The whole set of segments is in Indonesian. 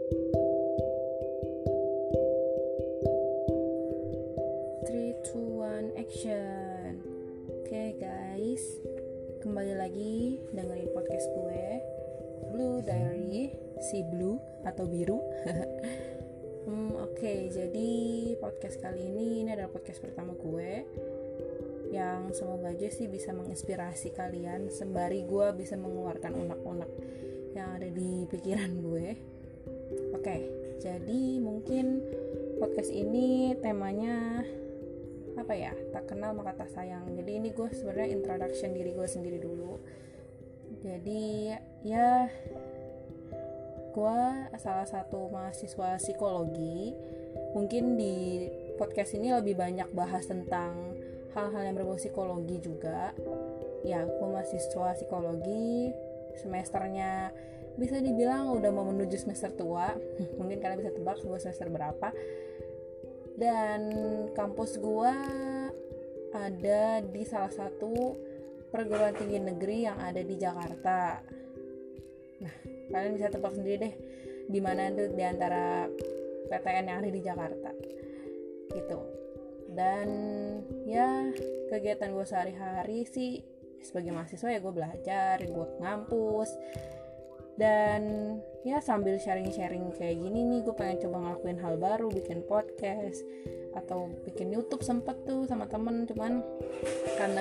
Three, two, one, action. Oke guys, kembali lagi dengerin podcast gue, Blue Diary, si Blue atau biru. Oke, jadi podcast kali ini adalah podcast pertama gue, yang semoga aja sih bisa menginspirasi kalian sembari gue bisa mengeluarkan unek-unek yang ada di pikiran gue. Oke, jadi mungkin podcast ini temanya apa ya, tak kenal maka tak sayang. Jadi ini gue sebenarnya introduction diri gue sendiri dulu. Jadi ya, gue salah satu mahasiswa psikologi. Mungkin di podcast ini lebih banyak bahas tentang hal-hal yang berbau psikologi juga. Ya, gue mahasiswa psikologi, semesternya bisa dibilang udah mau menuju semester tua. Mungkin kalian bisa tebak gue semester berapa. Dan kampus gue ada di salah satu perguruan tinggi negeri yang ada di Jakarta. Nah, kalian bisa tebak sendiri deh di mana tuh di antara PTN yang ada di Jakarta gitu. Dan ya, kegiatan gue sehari-hari sih sebagai mahasiswa ya gue belajar, gue ngampus. Dan ya sambil sharing-sharing kayak gini nih, gue pengen coba ngelakuin hal baru, bikin podcast atau bikin YouTube sempet tuh sama temen. Cuman karena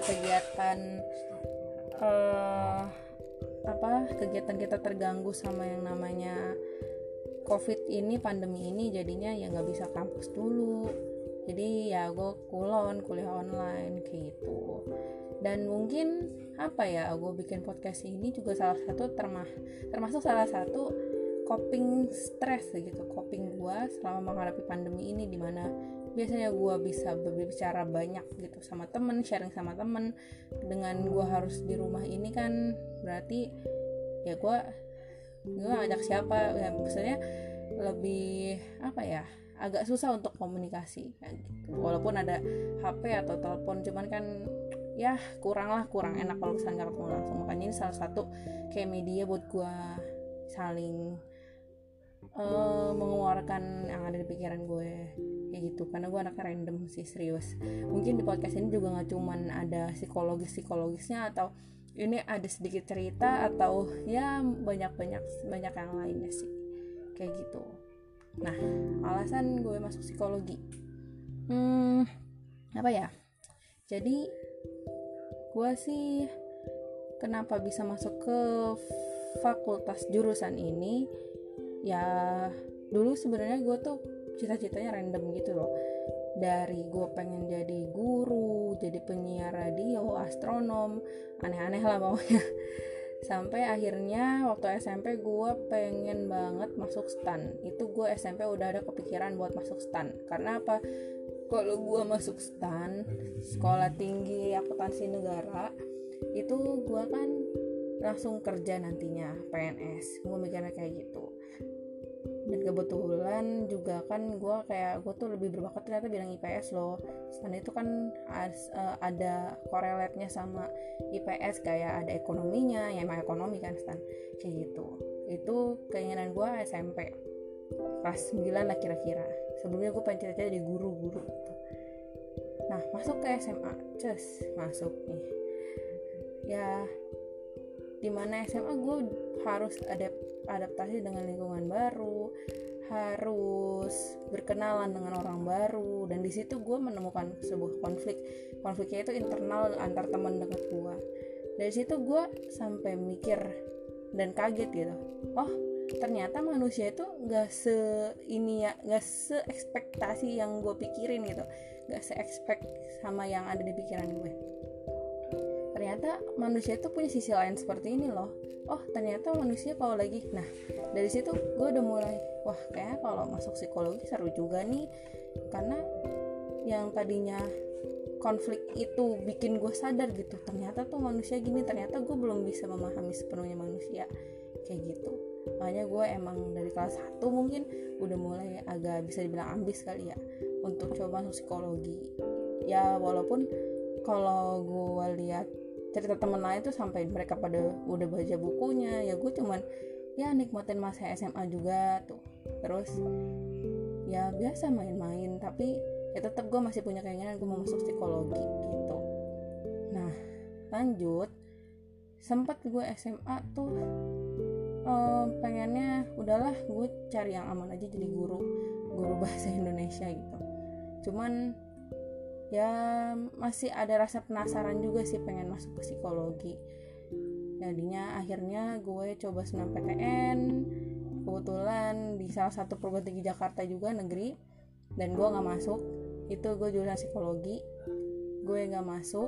kegiatan kita terganggu sama yang namanya COVID ini, pandemi ini, jadinya ya nggak bisa kampus dulu. Jadi ya gue kuliah online kayak gitu. Dan mungkin gue bikin podcast ini juga salah satu termasuk salah satu coping stress gitu, coping gue selama menghadapi pandemi ini, dimana biasanya gue bisa berbicara banyak gitu sama temen, sharing sama temen. Dengan gue harus di rumah ini kan berarti ya gue ngajak siapa ya, maksudnya lebih agak susah untuk komunikasi gitu. Walaupun ada HP atau telepon, cuman kan ya kurang enak kalau misalnya nggak ketemu langsung. Makanya ini salah satu kayak media buat gue saling mengeluarkan yang ada di pikiran gue kayak gitu. Karena gue anaknya random sih, serius. Mungkin di podcast ini juga nggak cuman ada psikologisnya, atau ini ada sedikit cerita, atau ya banyak yang lainnya sih kayak gitu. Nah, alasan gue masuk psikologi jadi gue sih kenapa bisa masuk ke fakultas jurusan ini, ya dulu sebenarnya gue tuh cita-citanya random gitu loh. Dari gue pengen jadi guru, jadi penyiar radio, astronom, aneh-aneh lah pokoknya. Sampai akhirnya waktu SMP gue pengen banget masuk STAN. Itu gue SMP udah ada kepikiran buat masuk STAN. Karena apa? Kalau gue masuk STAN, Sekolah Tinggi Akuntansi Negara, itu gue kan langsung kerja nantinya, PNS. Gue mikirnya kayak gitu. Dan kebetulan juga kan gue tuh lebih berbakat ternyata bidang IPS loh. STAN itu kan ada korelate-nya sama IPS, kayak ada ekonominya, ya emang ekonomi kan STAN kayak gitu. Itu keinginan gue SMP kelas 9 lah kira-kira. Sebelumnya gue pengen cita-cita jadi guru gitu. Nah, masuk ke SMA, masuk nih. Ya, dimana SMA gue harus adaptasi dengan lingkungan baru, harus berkenalan dengan orang baru, dan di situ gue menemukan sebuah konfliknya itu internal antar teman dekat gue. Dari situ gue sampai mikir dan kaget gitu, oh ternyata manusia itu nggak se-ekspektasi yang gue pikirin gitu, nggak se-expect sama yang ada di pikiran gue. Ternyata manusia itu punya sisi lain seperti ini loh. Oh ternyata manusia kalau lagi, nah dari situ gue udah mulai, wah kayaknya kalau masuk psikologi seru juga nih. Karena yang tadinya konflik itu bikin gue sadar gitu, ternyata tuh manusia gini, ternyata gue belum bisa memahami sepenuhnya manusia kayak gitu. Makanya gue emang dari kelas 1 mungkin udah mulai agak bisa dibilang ambis kali ya untuk coba masuk psikologi. Ya walaupun kalau gue lihat cerita temen lain tuh sampai mereka pada udah baca bukunya, ya gue cuman ya nikmatin masa SMA juga tuh. Terus ya biasa main-main, tapi ya tetap gue masih punya keinginan gue mau masuk psikologi gitu. Nah lanjut, sempat gue SMA tuh pengennya udahlah gue cari yang aman aja jadi guru bahasa Indonesia gitu. Cuman ya masih ada rasa penasaran juga sih pengen masuk ke psikologi. Jadinya akhirnya gue coba SNMPTN, kebetulan di salah satu perguruan tinggi Jakarta juga negeri, dan gue nggak masuk. Itu gue jurusan psikologi, gue nggak masuk.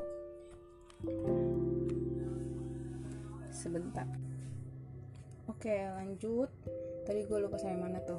Sebentar. Oke, lanjut. Tadi gue lupa sampai mana tuh.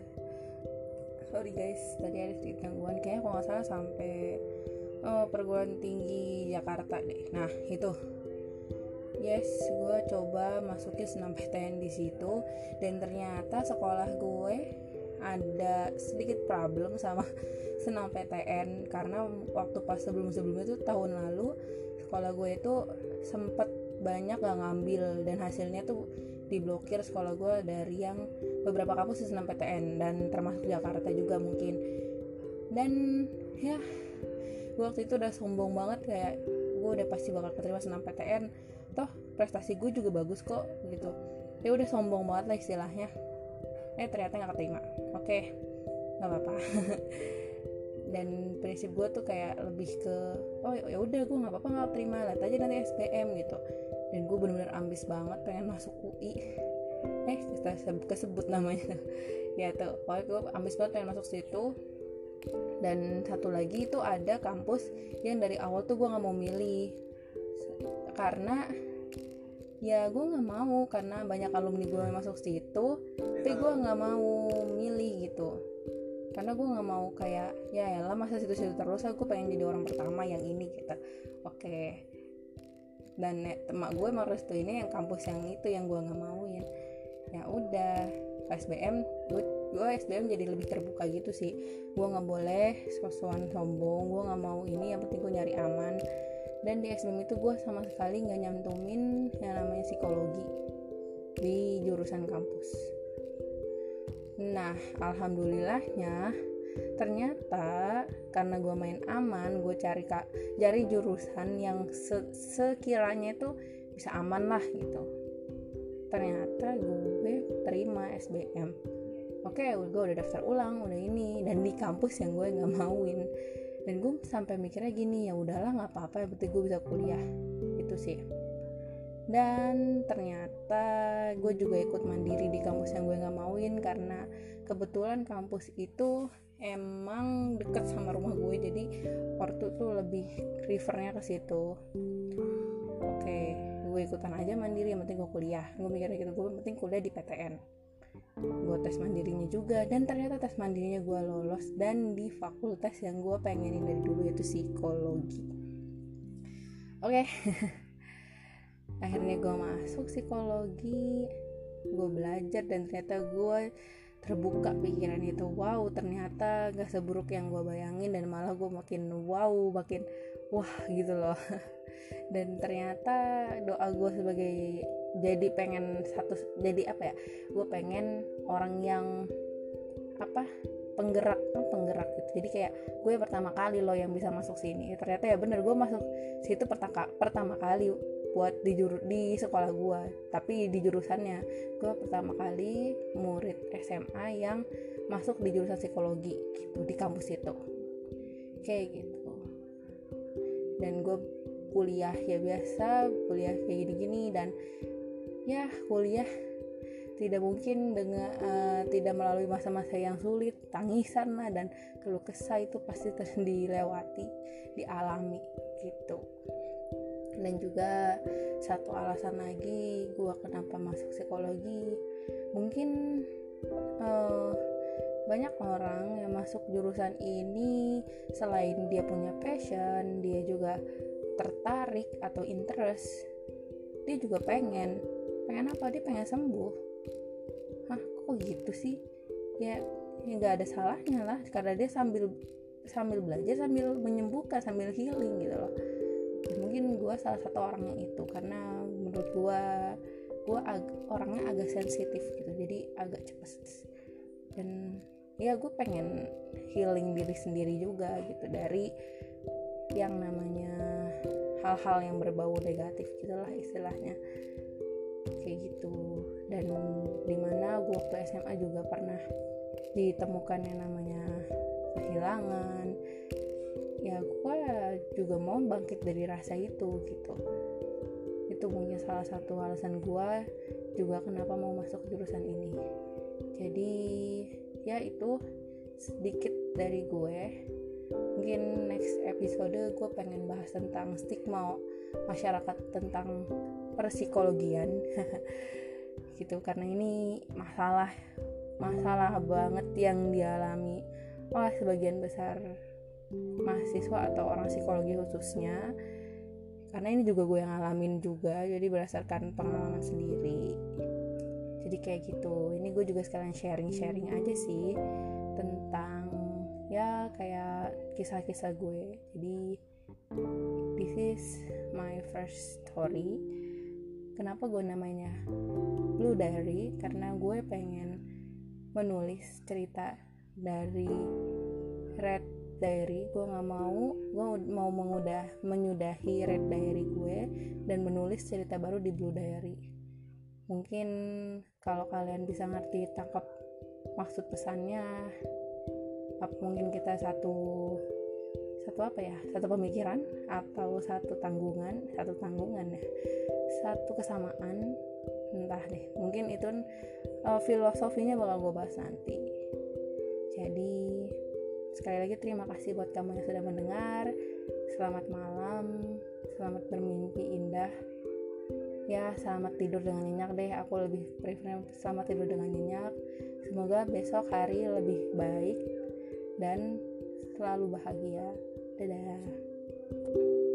Sorry guys, tadi ada sedikit gangguan. Kayaknya kalau nggak salah sampai perguruan tinggi Jakarta deh. Nah itu, yes, gue coba masukin SNMPTN di situ, dan ternyata sekolah gue ada sedikit problem sama SNMPTN karena waktu pas sebelumnya tuh tahun lalu sekolah gue itu sempet banyak gak ngambil, dan hasilnya tuh diblokir sekolah gue dari yang beberapa kampus di SNMPTN, dan termasuk Jakarta juga mungkin. Dan ya gue waktu itu udah sombong banget, kayak gue udah pasti bakal keterima SNMPTN, toh prestasi gue juga bagus kok gitu. Ya udah sombong banget lah istilahnya. Ternyata nggak keterima. Oke, nggak apa-apa. Dan prinsip gue tuh kayak lebih ke ya udah gue nggak apa-apa nggak terima, lihat aja nanti SBM gitu. Dan gue bener-bener ambis banget pengen masuk UI. Kita kesebut namanya. Ya tuh, pokoknya gue ambis banget pengen masuk situ. Dan satu lagi itu ada kampus yang dari awal tuh gue nggak mau milih karena ya gue nggak mau, karena banyak alumni gue yang masuk situ, tapi gue nggak mau milih gitu. Karena gue nggak mau kayak ya elah masa situ-situ terus, aku pengen jadi orang pertama yang ini gitu. Oke. Dan teman gue mau restu ini yang kampus yang itu yang gue nggak mauin. Ya udah, SBM gue SBM jadi lebih terbuka gitu sih. Gue nggak boleh sosokan sombong, gue nggak mau ini, yang penting gue nyari aman. Dan di SBM itu gue sama sekali nggak nyantumin yang namanya psikologi di jurusan kampus. Nah, alhamdulillahnya ternyata karena gue main aman, gue cari jurusan yang sekiranya itu bisa aman lah gitu. Ternyata gue terima SBM. Oke, gue udah daftar ulang, udah ini, dan di kampus yang gue nggak mauin. Dan gue sampai mikirnya gini, ya udahlah nggak apa-apa, yang penting gue bisa kuliah itu sih. Dan ternyata gue juga ikut mandiri di kampus yang gue gak mauin, karena kebetulan kampus itu emang deket sama rumah gue, jadi waktu tuh lebih prefernya ke situ. Oke, gue ikutan aja mandiri, yang penting gue kuliah. Gue mikirnya gitu, gue penting kuliah di PTN. Gue tes mandirinya juga, dan ternyata tes mandirinya gue lolos, dan di fakultas yang gue pengenin dari dulu, yaitu psikologi. Oke. Akhirnya gue masuk psikologi, gue belajar, dan ternyata gue terbuka pikiran itu. Wow, ternyata gak seburuk yang gue bayangin, dan malah gue makin wah gitu loh. Dan ternyata doa gue sebagai gue pengen orang yang penggerak gitu. Jadi kayak gue pertama kali loh yang bisa masuk sini. Ternyata ya bener, gue masuk situ pertama kali buat di sekolah gue, tapi di jurusannya gue pertama kali murid SMA yang masuk di jurusan psikologi gitu, di kampus itu kayak gitu. Dan gue kuliah ya biasa, kuliah kayak gini-gini, dan ya kuliah tidak mungkin dengan tidak melalui masa-masa yang sulit, tangisan lah dan keluh kesah itu pasti dilewati, dialami gitu. Dan juga satu alasan lagi gue kenapa masuk psikologi, mungkin banyak orang yang masuk jurusan ini selain dia punya passion, dia juga tertarik atau interest, dia juga pengen apa, dia pengen sembuh. Kok gitu sih? Ya nggak ada salahnya lah, karena dia sambil belajar, sambil menyembuhkan, sambil healing gitu loh. Mungkin gue salah satu orang yang itu, karena menurut gue gue orangnya agak sensitif gitu, jadi agak cepet. Dan ya gue pengen healing diri sendiri juga gitu dari yang namanya hal-hal yang berbau negatif gitulah istilahnya, kayak gitu. Dan dimana gue waktu SMA juga pernah ditemukan yang namanya kehilangan, ya gue juga mau bangkit dari rasa itu gitu. Itu mungkin salah satu alasan gue juga kenapa mau masuk jurusan ini. Jadi ya itu sedikit dari gue. Mungkin next episode gue pengen bahas tentang stigma masyarakat tentang perpsikologian gitu, karena ini masalah banget yang dialami oleh sebagian besar mahasiswa atau orang psikologi khususnya, karena ini juga gue yang ngalamin juga, jadi berdasarkan pengalaman sendiri. Jadi kayak gitu. Ini gue juga sekalian sharing aja sih tentang ya kayak kisah-kisah gue. Jadi this is my first story. Kenapa gue namanya Blue Diary? Karena gue pengen menulis cerita dari Red Diary. Gue mau menyudahi Red Diary gue dan menulis cerita baru di Blue Diary. Mungkin kalau kalian bisa ngerti tangkap maksud pesannya, mungkin kita satu pemikiran atau satu tanggungan ya, satu kesamaan, entah deh, mungkin itu filosofinya bakal gue bahas nanti. Jadi sekali lagi terima kasih buat kamu yang sudah mendengar. Selamat malam, selamat bermimpi indah. Ya, selamat tidur dengan nyenyak deh. Aku lebih prefer selamat tidur dengan nyenyak. Semoga besok hari lebih baik dan selalu bahagia. Dadah.